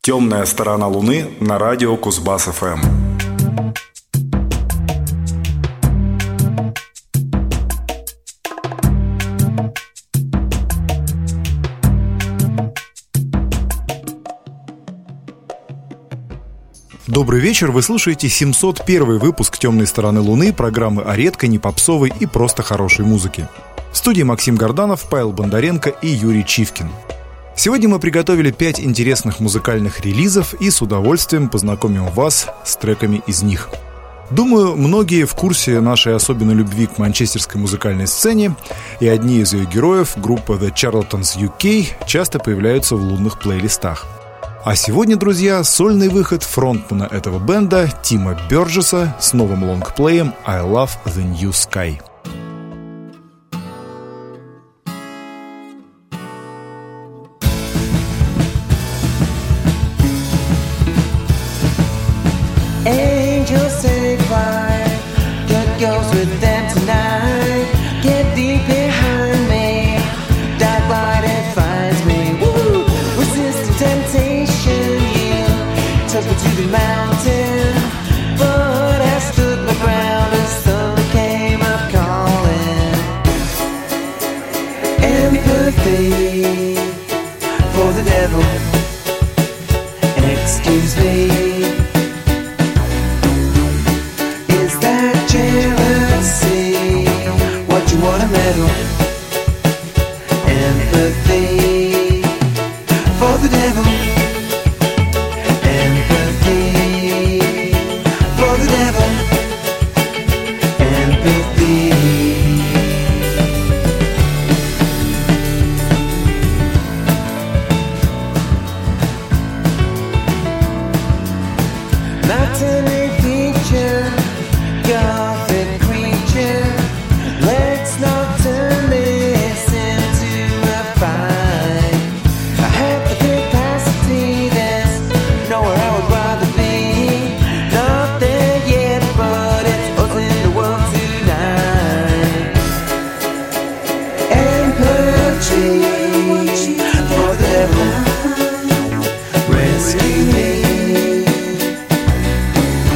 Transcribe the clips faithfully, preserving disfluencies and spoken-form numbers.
Темная сторона Луны на радио Кузбасс-ФМ. Добрый вечер, вы слушаете семьсот первый выпуск «Темной стороны Луны», программы о редкой, не попсовой и просто хорошей музыке. В студии Максим Горданов, Павел Бондаренко и Юрий Чивкин. Сегодня мы приготовили пять интересных музыкальных релизов и с удовольствием познакомим вас с треками из них. Думаю, многие в курсе нашей особенной любви к манчестерской музыкальной сцене, и одни из ее героев, группа The Charlatans ю кей, часто появляются в лунных плейлистах. А сегодня, друзья, сольный выход фронтмена этого бенда Тима Бёрджеса с новым лонгплеем «I Love the New Sky». Angels say fly, get girls with them tonight. Get deep behind me, dark light it finds me. Woo! Resist the temptation, you took me to the mountain, but I stood my ground and thunder came up calling. Empathy for the devil. Excuse me. Jealousy, what you wanna meddle? Empathy for the devil. Empathy for the devil. Empathy. Not any feature, Gothic creature. Let's not turn this into a fight. I have the capacity, there's nowhere I would rather be. Not there yet, but it's us in the world tonight. Empathy for the devil. Rescue me.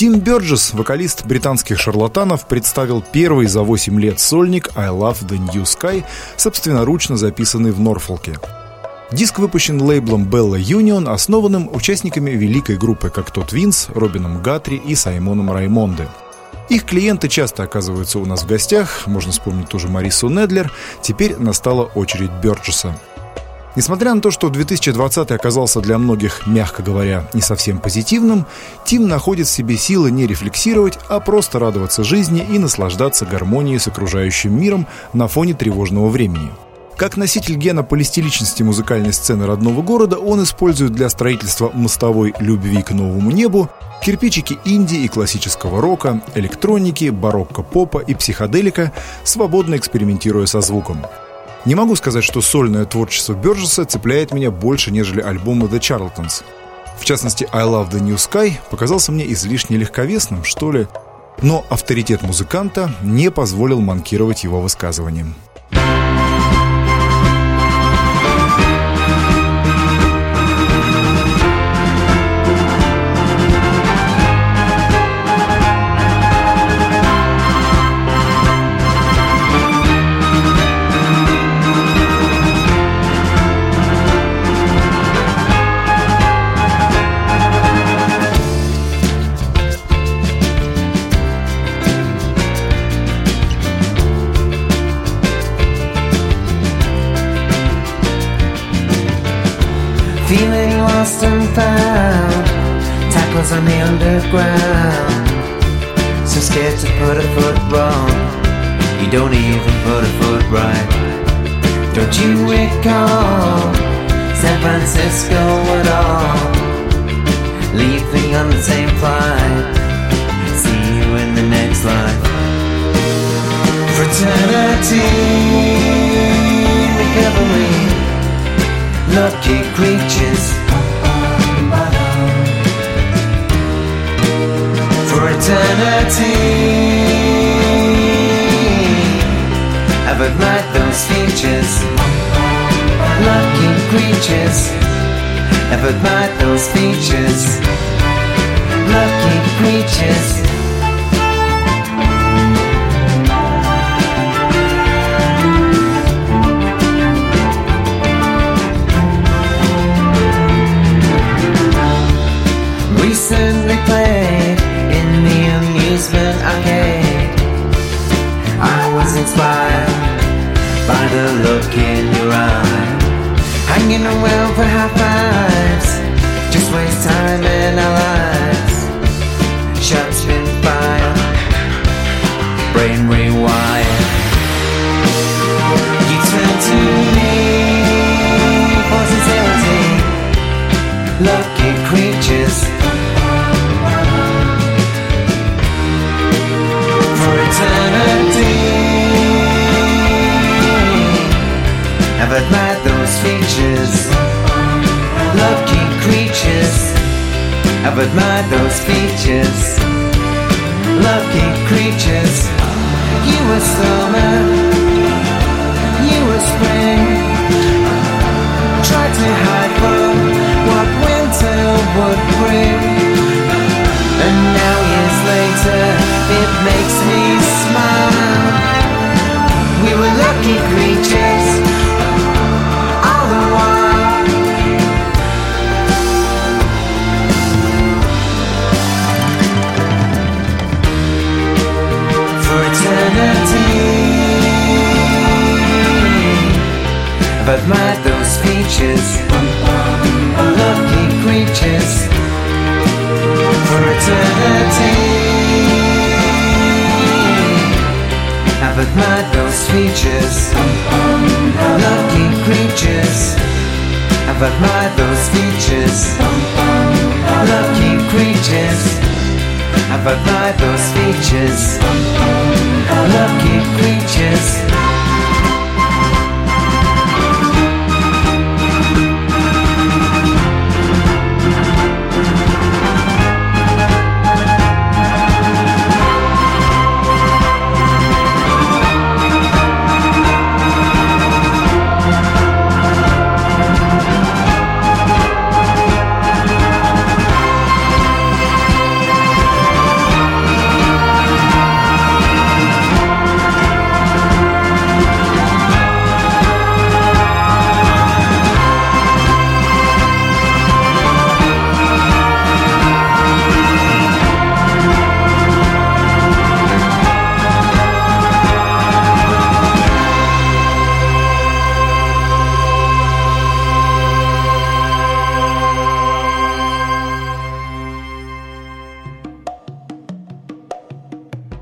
Тим Бёрджесс, вокалист британских шарлатанов, представил первый за восемь лет сольник «I Love the New Sky», собственноручно записанный в Норфолке. Диск выпущен лейблом Bella Union, основанным участниками великой группы «Cocteau Twins» Робином Гатри и Саймоном Раймонде. Их клиенты часто оказываются у нас в гостях, можно вспомнить ту же Марису Недлер, теперь настала очередь Бёрджесса. Несмотря на то, что две тысячи двадцатый оказался для многих, мягко говоря, не совсем позитивным, Тим находит в себе силы не рефлексировать, а просто радоваться жизни и наслаждаться гармонией с окружающим миром на фоне тревожного времени. Как носитель гена полистиличности музыкальной сцены родного города, он использует для строительства мостовой любви к новому небу кирпичики инди и классического рока, электроники, барокко-попа и психоделика, свободно экспериментируя со звуком. Не могу сказать, что сольное творчество Бёрджесса цепляет меня больше, нежели альбомы The Charlatans. В частности, «I Love the New Sky» показался мне излишне легковесным, что ли, но авторитет музыканта не позволил манкировать его высказываниям. Feeling lost and found, tackles on the underground. So scared to put a foot wrong, you don't even put a foot right. Don't you recall San Francisco at all? Leaving on the same flight, see you in the next life. Fraternity, recovery, lucky creatures. For eternity, I've admired those features. Lucky creatures, I've admired those features. Lucky creatures. Recently played in the amusement arcade. I was inspired by the look in your eye. Hanging around for half fives, just waste time in our lives. Shots spin fire, brain rewired. You turn to me for sincerity. Lucky creatures. For eternity, I've admired those features. Lucky creatures, I've admired those features. Lucky creatures. You were summer, you were spring. Tried to hide from what winter would bring. And now years later, it makes me smile. We were lucky creatures, all the while. For eternity, I've admired those features. Lucky creatures. For eternity, I've admired those features. Lucky creatures, I've admired those features. Lucky creatures, I've admired those features. Lucky creatures.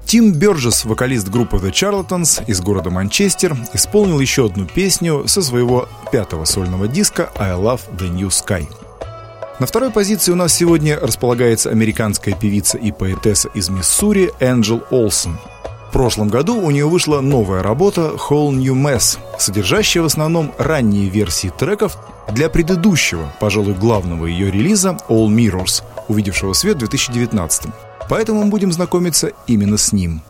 Тим Бёрджесс, вокалист группы The Charlatans из города Манчестер, исполнил еще одну песню со своего пятого сольного диска «I Love the New Sky». На второй позиции у нас сегодня располагается американская певица и поэтесса из Миссури Энджел Олсен. В прошлом году у нее вышла новая работа «Whole New Mess», содержащая в основном ранние версии треков для предыдущего, пожалуй, главного ее релиза «All Mirrors», увидевшего свет в две тысячи девятнадцатом. Поэтому мы будем знакомиться именно с ним.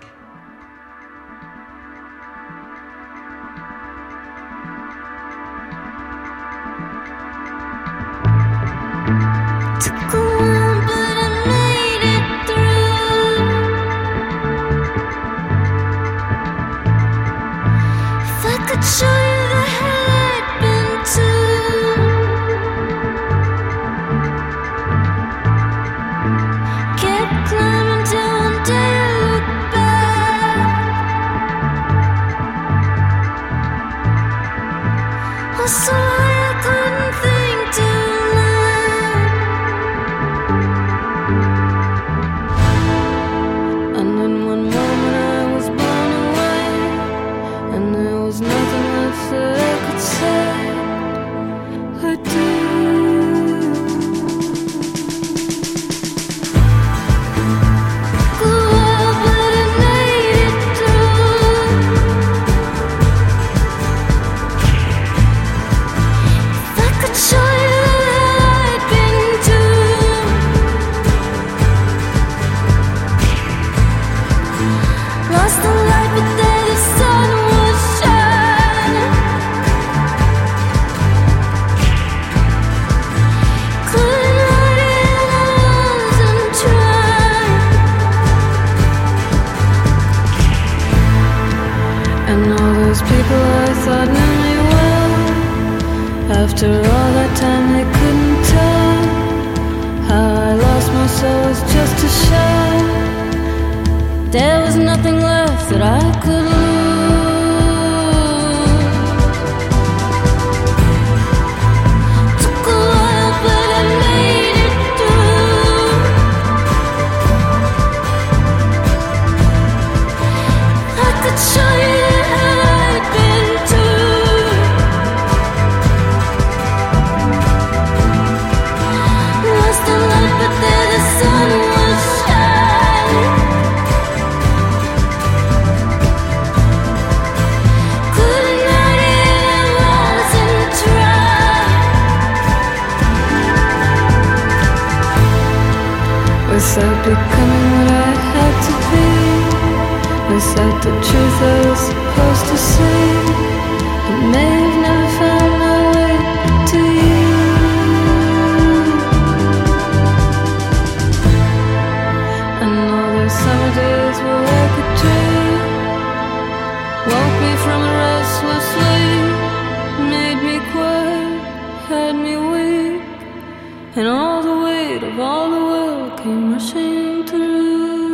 Without becoming what I had to be, without the truth I was supposed to see, I may have never found my way to you. And all those summer days were like a dream, woke me from a restless sleep, made me quiet, had me weak, and all the weight of all the world came rushing through.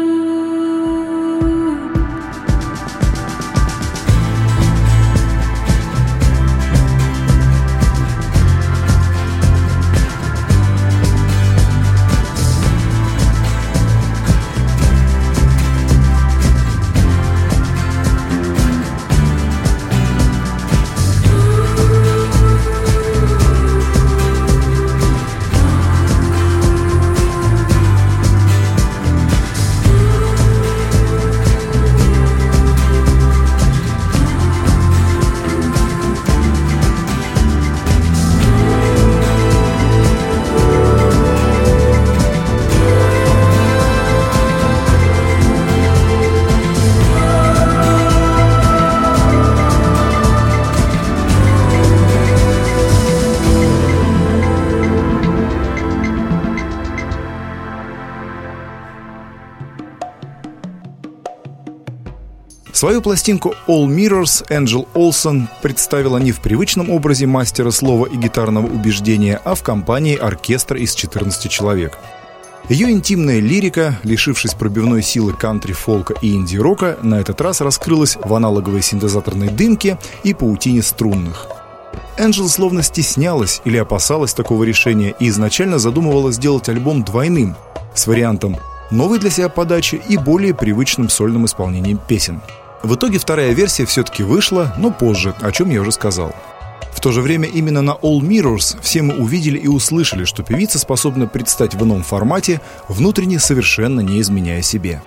Свою пластинку «All Mirrors» Энджел Олсен представила не в привычном образе мастера слова и гитарного убеждения, а в компании оркестра из четырнадцати человек. Ее интимная лирика, лишившись пробивной силы кантри, фолка и инди-рока, на этот раз раскрылась в аналоговой синтезаторной дымке и паутине струнных. Энджел словно стеснялась или опасалась такого решения и изначально задумывала сделать альбом двойным, с вариантом новой для себя подачи и более привычным сольным исполнением песен. В итоге вторая версия все-таки вышла, но позже, о чем я уже сказал. В то же время именно на All Mirrors все мы увидели и услышали, что певица способна предстать в ином формате, внутренне совершенно не изменяя себе.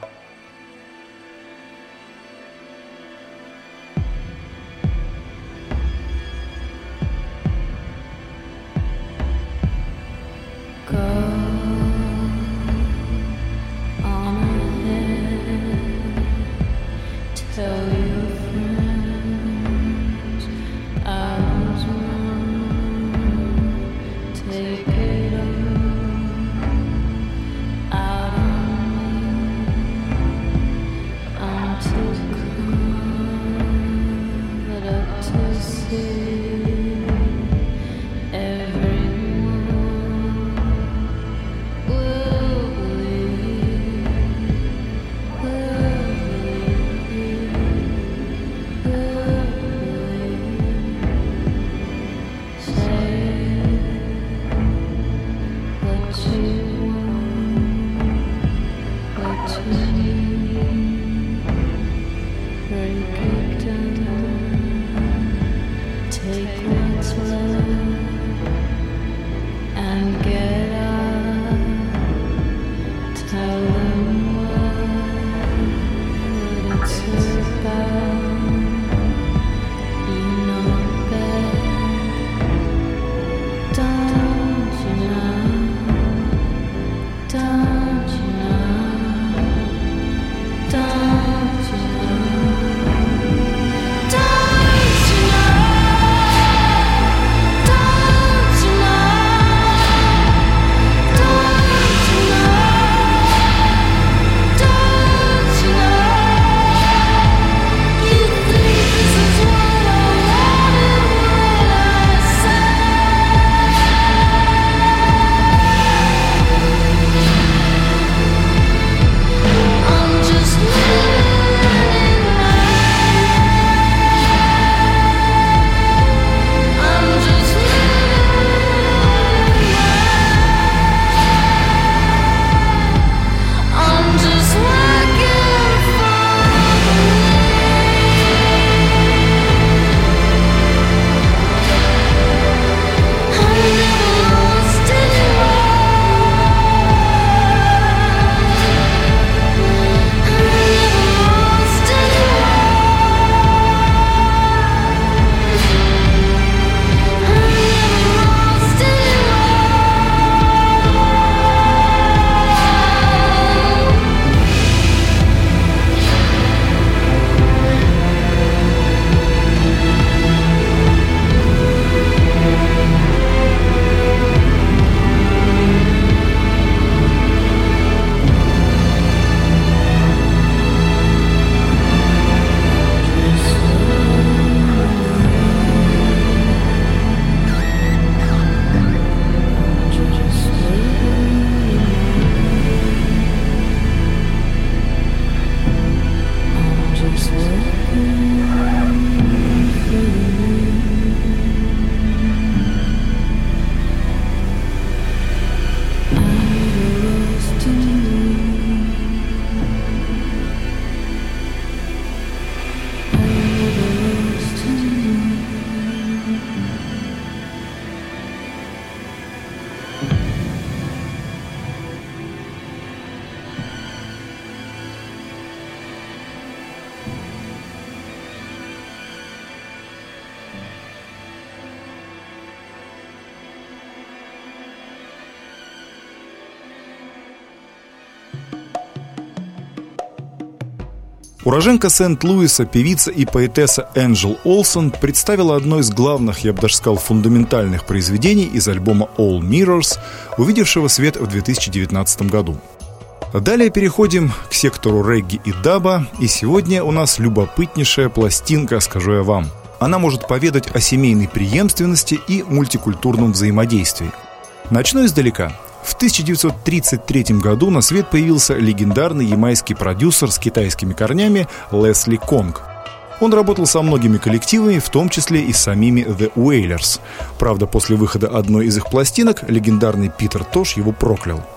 Уроженка Сент-Луиса, певица и поэтесса Энджел Олсон представила одно из главных, я бы даже сказал, фундаментальных произведений из альбома All Mirrors, увидевшего свет в две тысячи девятнадцатом году. Далее переходим к сектору регги и даба, и сегодня у нас любопытнейшая пластинка, скажу я вам. Она может поведать о семейной преемственности и мультикультурном взаимодействии. Начну издалека. В тысяча девятьсот тридцать третьем году на свет появился легендарный ямайский продюсер с китайскими корнями Лесли Конг. Он работал со многими коллективами, в том числе и с самими The Wailers. Правда, после выхода одной из их пластинок легендарный Питер Тош его проклял.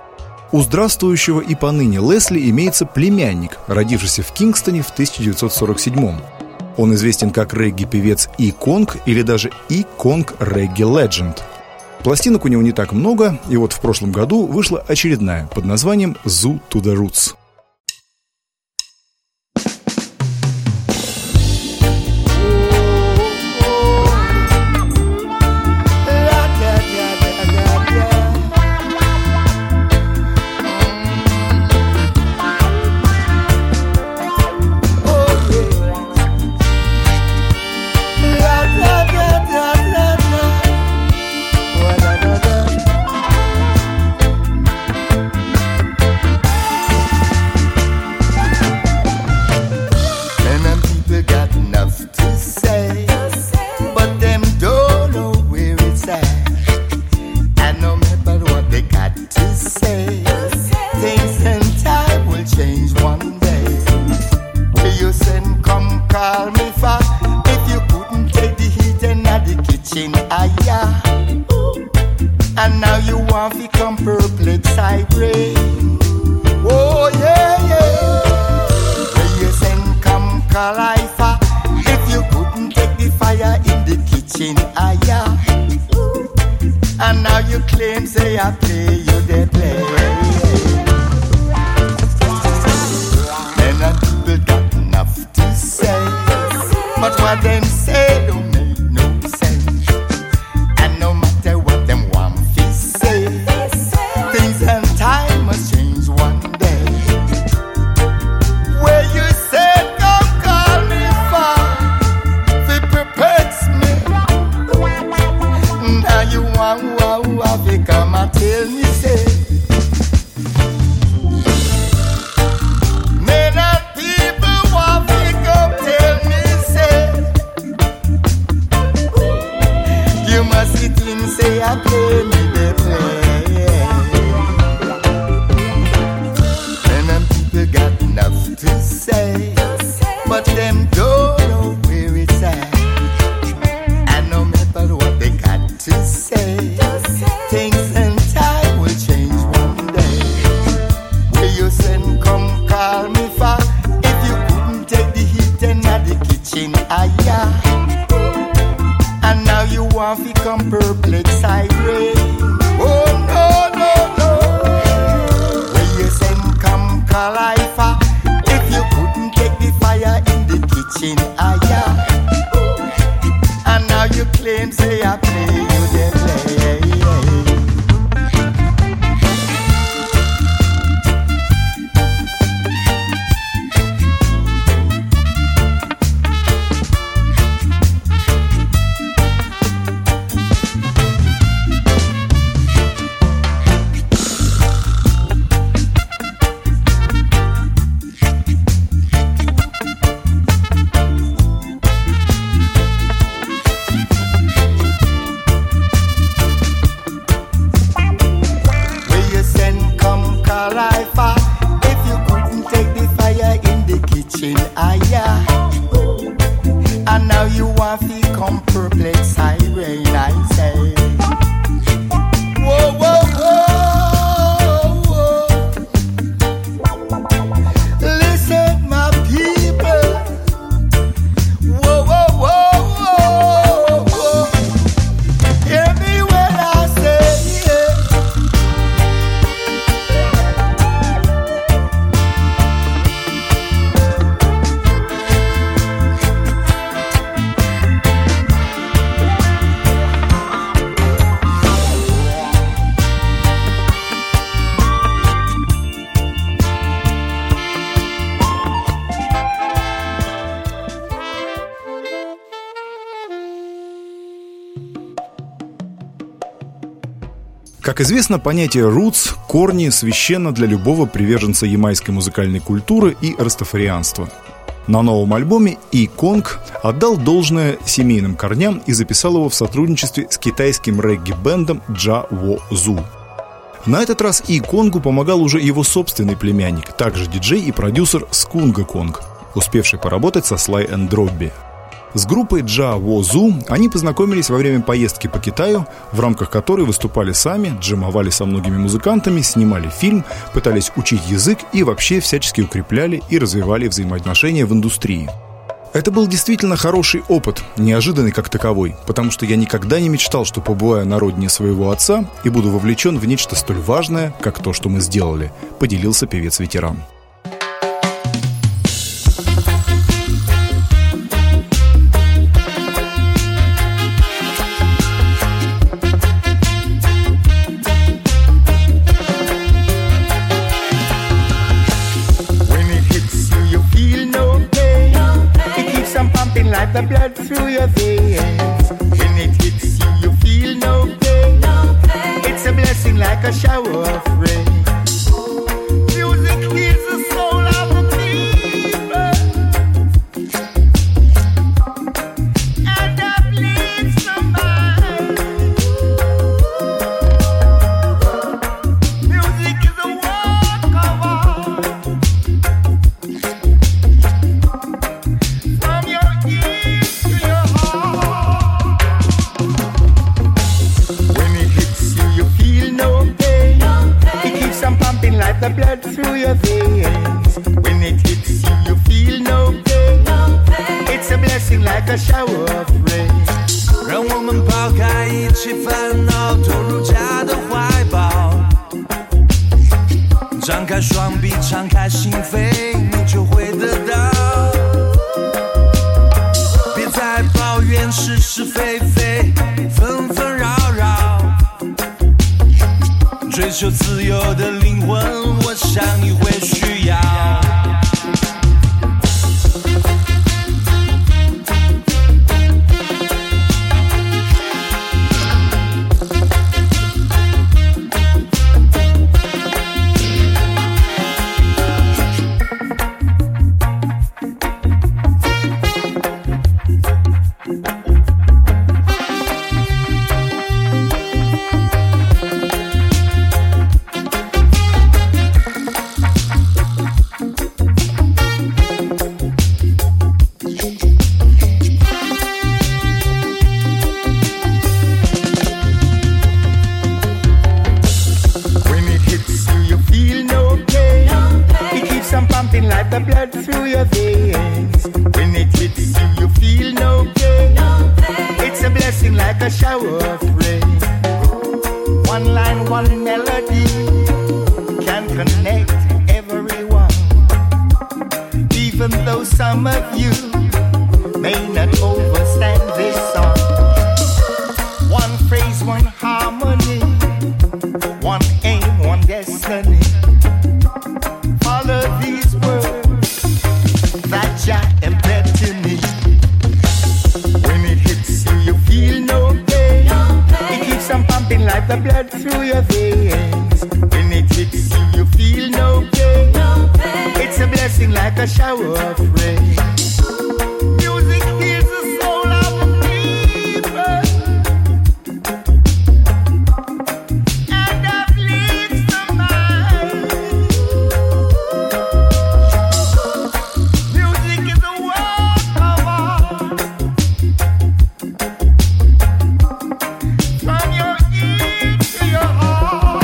У здравствующего и поныне Лесли имеется племянник, родившийся в Кингстоне в тысяча девятьсот сорок седьмом. Он известен как регги-певец И. Конг или даже И. Конг Регги Легенд. Пластинок у него не так много, и вот в прошлом году вышла очередная под названием «Zoo to the Roots». Как известно, понятие «roots» — корни священно для любого приверженца ямайской музыкальной культуры и растафарианства. На новом альбоме И. Конг отдал должное семейным корням и записал его в сотрудничестве с китайским регги-бендом Джа Во Зу. На этот раз И. Конгу помогал уже его собственный племянник, также диджей и продюсер Скунга Конг, успевший поработать со Слай энд Робби. С группой Джа Во Зу они познакомились во время поездки по Китаю, в рамках которой выступали сами, джемовали со многими музыкантами, снимали фильм, пытались учить язык и вообще всячески укрепляли и развивали взаимоотношения в индустрии. Это был действительно хороший опыт, неожиданный как таковой, потому что я никогда не мечтал, что побываю на родине своего отца и буду вовлечен в нечто столь важное, как то, что мы сделали, поделился певец-ветеран. The blood through your veins. When it hits you, you feel no pain. No pain. It's a blessing like a shower of rain. Music heals the soul of the people and uplifts the mind. Music is a work of art. From your ears to your heart. When it hits you, you feel no pain. No pain. It keeps on pumping like the blood through your veins. When it hits you, you feel no pain. No pain. It's a blessing like a shower of rain. 让我们抛开一切烦恼，投入家的怀抱，张开双臂，敞开心扉，你就会得到。别再抱怨是是非非，纷纷扰扰，追求自由的灵魂，我想你会需要。 The blood through your veins. When it hits you, you feel no pain. No pain. It's a blessing like a shower of rain. One line, one melody can connect everyone. Even though some of you may not understand this song. One phrase, one harmony, one aim, one destiny. Follow these words that Jah embedded to me. When it hits you, you feel no pain. No pain. It keeps on pumping like the blood through your veins. When it hits you, you feel no pain. No pain. It's a blessing like a shower of rain. Music heals the soul of the people and uplifts the mind. Music is a work of art. From your ear to your heart.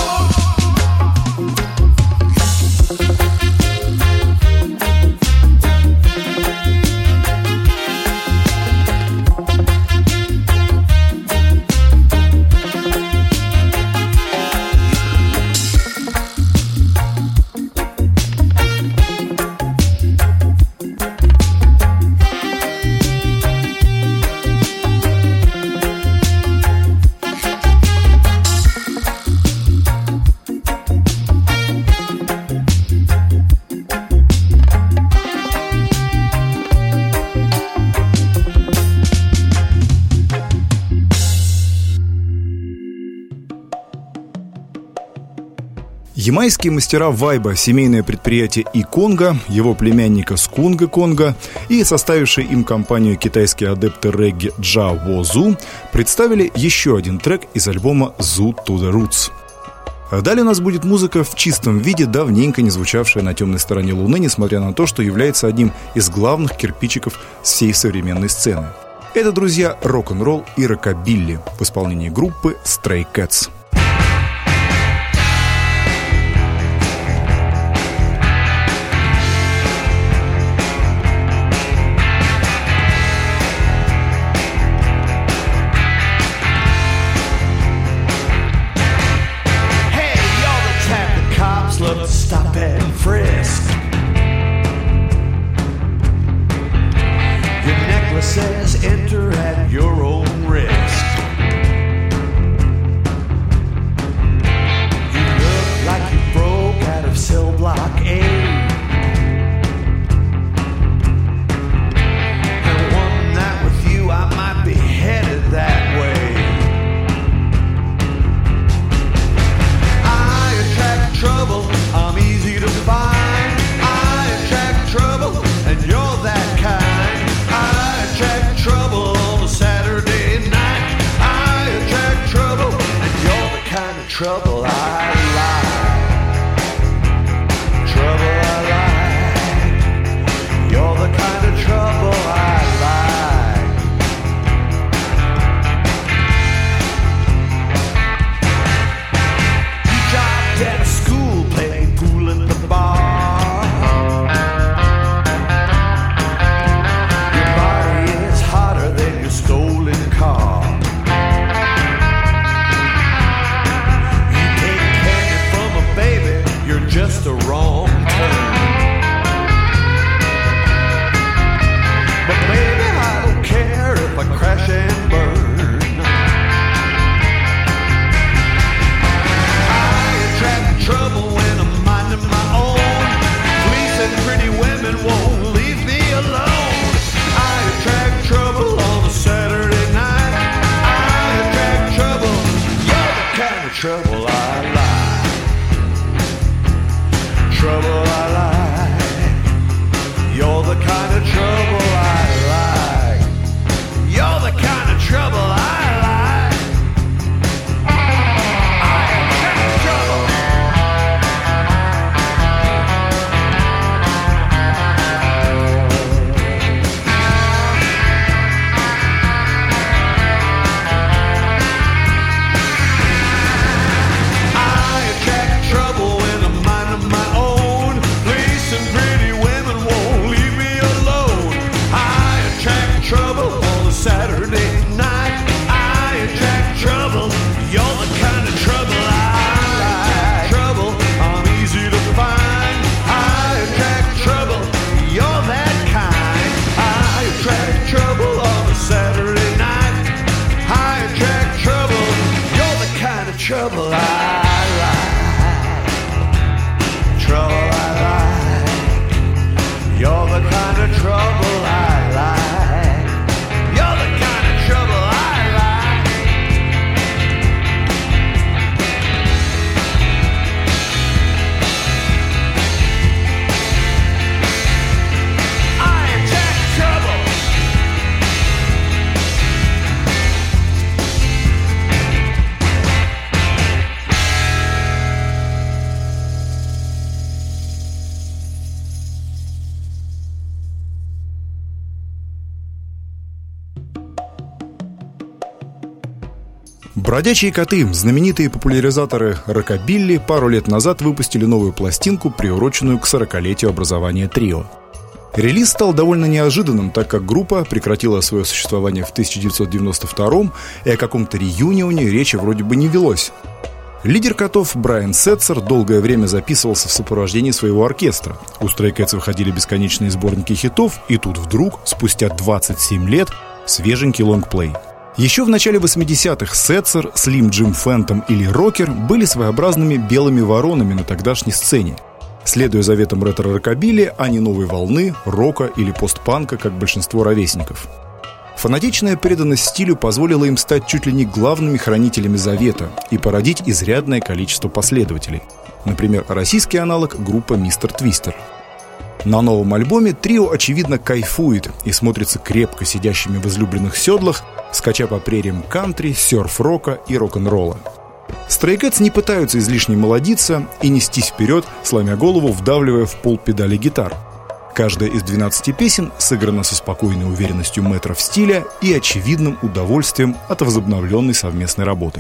Ямайские мастера вайба, семейное предприятие И-Конго, его племянника Скунга Конго и составившие им компанию китайские адепты регги Джа Во Зу представили еще один трек из альбома Zoo to the Roots. Далее у нас будет музыка в чистом виде, давненько не звучавшая на темной стороне Луны, несмотря на то, что является одним из главных кирпичиков всей современной сцены. Это, друзья, рок-н-ролл и рокобилли в исполнении группы Stray Cats. Stop and frisk. Your necklace says enter at your own risk. You look like you broke out of cell block A. And one night with you I might be headed that way. I attract trouble, I'm easy to find. I attract trouble, and you're that kind. I attract trouble on a Saturday night. I attract trouble, and you're the kind of trouble I like. Trouble I like. You're the kind of trouble I like. You dropped out of school, playing pool at the bar. Your body is hotter than your stolen car. You take candy from a baby, you're just a wrong turn. But baby, I don't care if I crash and burn. I attract trouble when I'm minding my own. Police and pretty women won't leave me alone. I attract trouble on a Saturday night. I attract trouble. You're the kind of trouble I like. Trouble I like. You're the kind of trouble I like. You're the kind of trouble I like. I attract trouble. I attract trouble when I'm minding my own. Police and pretty women won't leave me alone. I attract trouble on a Saturday night. I attract trouble. You're the kind of trouble I like. Trouble, I'm easy to find. I attract trouble. You're that kind. I attract trouble on a Saturday night. I attract trouble. You're the kind of trouble I like. Trouble I like. You're the kind of trouble I like. You're the kind of trouble I like. I attract trouble. Бродячие коты, знаменитые популяризаторы рокобилли, пару лет назад выпустили новую пластинку, приуроченную к сорокалетию образования трио. Релиз стал довольно неожиданным, так как группа прекратила свое существование в тысяча девятьсот девяносто втором, и о каком-то реюнионе речи вроде бы не велось. Лидер котов Брайан Сетцер долгое время записывался в сопровождении своего оркестра. У Stray Cats выходили бесконечные сборники хитов, и тут вдруг, спустя двадцать семь лет, свеженький лонгплей. Еще в начале восьмидесятых Сетцер, Слим Джим Фэнтом или Рокер были своеобразными белыми воронами на тогдашней сцене. Следуя заветам ретро-рокобилли, а не новой волны, рока или постпанка, как большинство ровесников. Фанатичная преданность стилю позволила им стать чуть ли не главными хранителями завета и породить изрядное количество последователей. Например, российский аналог группа Мистер Твистер. На новом альбоме трио, очевидно, кайфует и смотрится крепко сидящими в излюбленных седлах, скача по прериям кантри, серф-рока и рок-н-ролла. Stray Cats не пытаются излишне молодиться и нестись вперед, сломя голову, вдавливая в пол педали гитар. Каждая из двенадцати песен сыграна со спокойной уверенностью мэтров стиля и очевидным удовольствием от возобновленной совместной работы.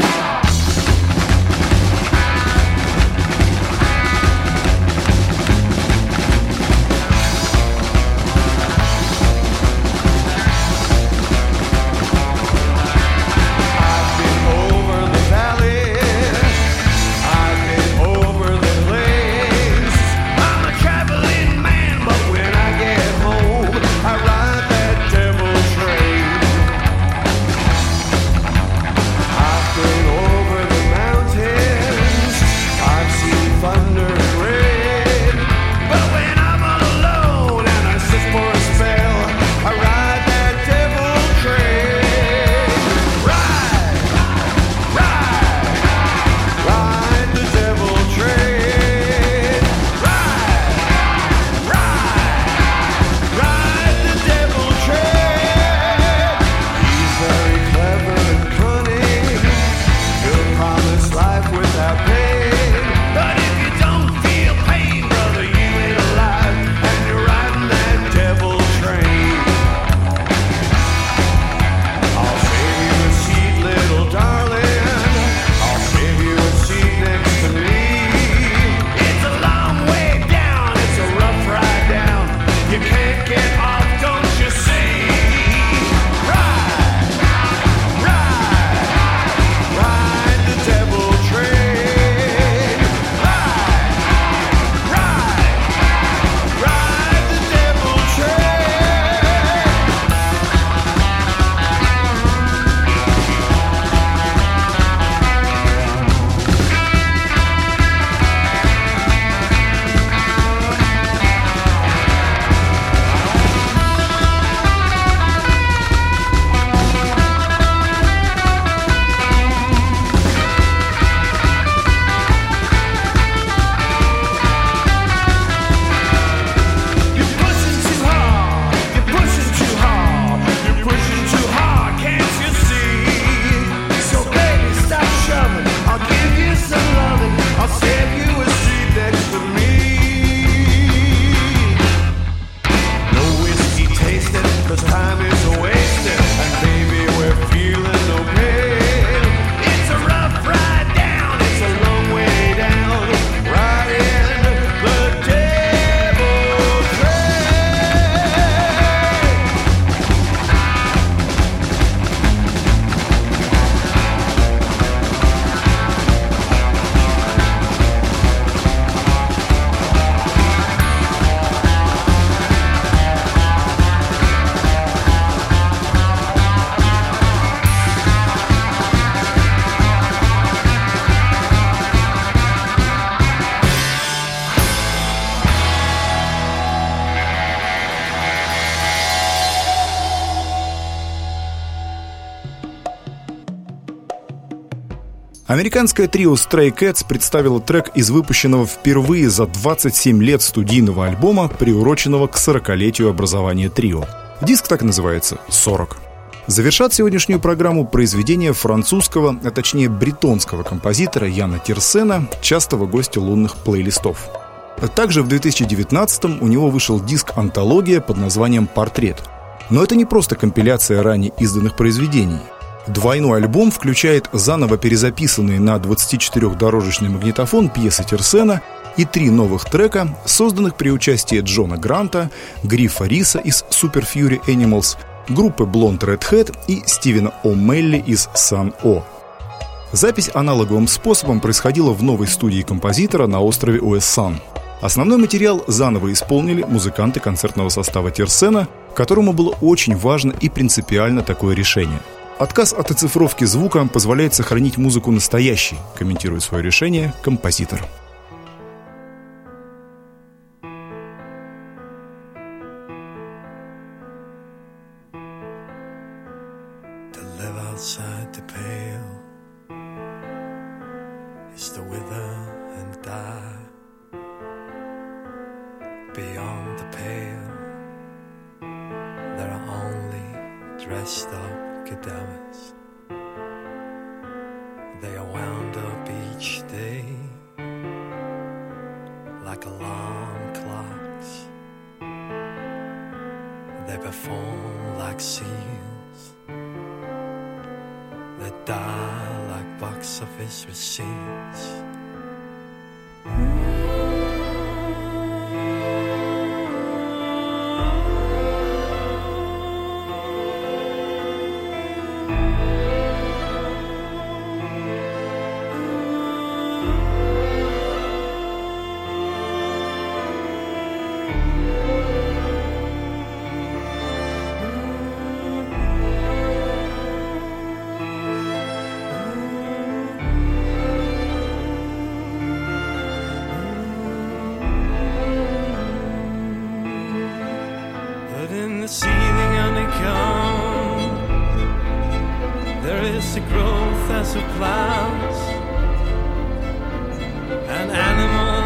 Американское трио Stray Cats представило трек из выпущенного впервые за двадцать семь лет студийного альбома, приуроченного к сорокалетию образования трио. Диск так и называется «сорок». Завершат сегодняшнюю программу произведения французского, а точнее бретонского композитора Яна Тирсена, частого гостя лунных плейлистов. Также в две тысячи девятнадцатом у него вышел диск-антология под названием «Портрет». Но это не просто компиляция ранее изданных произведений. Двойной альбом включает заново перезаписанные на двадцатичетырёхдорожечный магнитофон пьесы Тирсена и три новых трека, созданных при участии Джона Гранта, Гриффа Риса из Super Fury Animals, группы Blonde Redhead и Стивена О'Мелли из Sun O. Запись аналоговым способом происходила в новой студии композитора на острове Уэссан. Основной материал заново исполнили музыканты концертного состава Тирсена, которому было очень важно и принципиально такое решение. Отказ от оцифровки звука позволяет сохранить музыку настоящей, комментирует свое решение композитор. They are wound up each day like alarm clocks. They perform like seals. They die like box office receipts. The growth as of clouds, an animal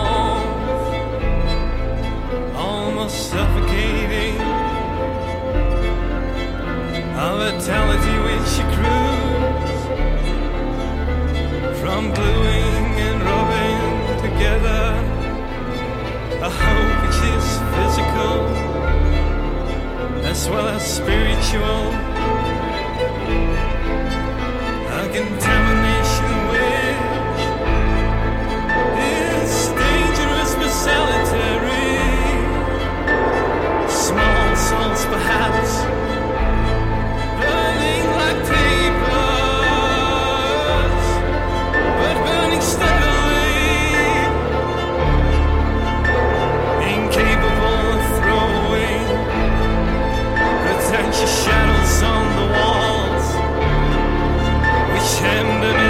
warmth, almost suffocating, a vitality which accrues from gluing and rubbing together, a hope which is physical as well as spiritual. A contamination which is dangerous but salutary. Small souls perhaps burning like tapers, but burning steadily, incapable of throwing pretentious shadows on the walls which hemmed it in.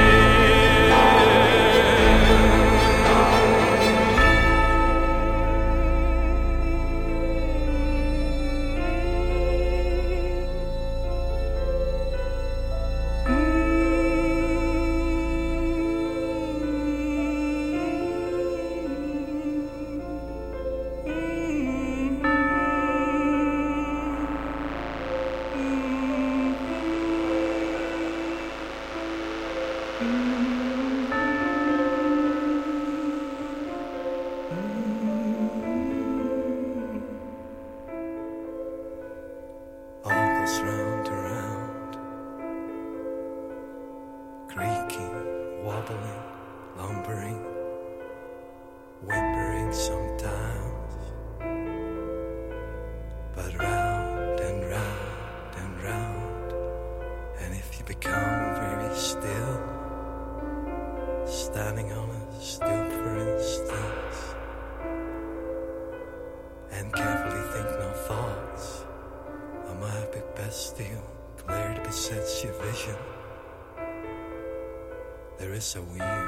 There is a wheel,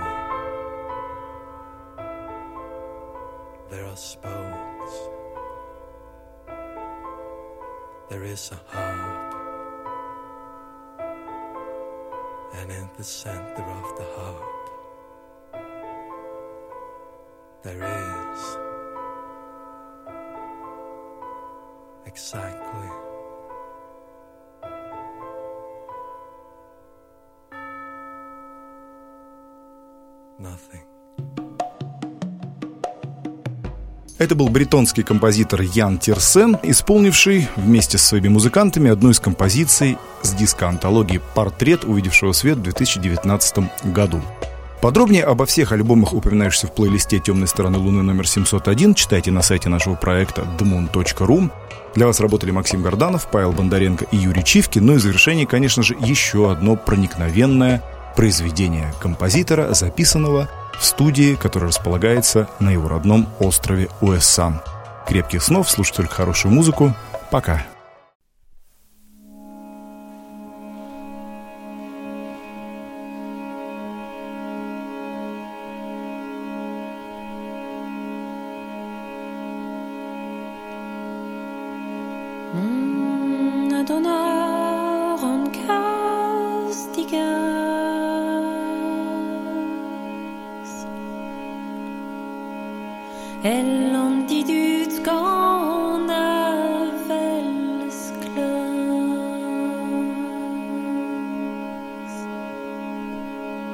there are spokes, there is a hub, and in the center of the hub there is exactly nothing. Это был бретонский композитор Ян Тирсен, исполнивший вместе с своими музыкантами одну из композиций с диска-антологии «Портрет», увидевшего свет в две тысячи девятнадцатом году. Подробнее обо всех альбомах, упоминающихся в плейлисте «Темной стороны Луны» номер семьсот один, читайте на сайте нашего проекта ди мун точка ру. Для вас работали Максим Горданов, Павел Бондаренко и Юрий Чивкин. Ну и в завершении, конечно же, еще одно проникновенное произведение композитора, записанного в студии, которая располагается на его родном острове Уэссан. Крепких снов, слушайте только хорошую музыку. Пока. Elle en dit du qu'on avait l'esclave.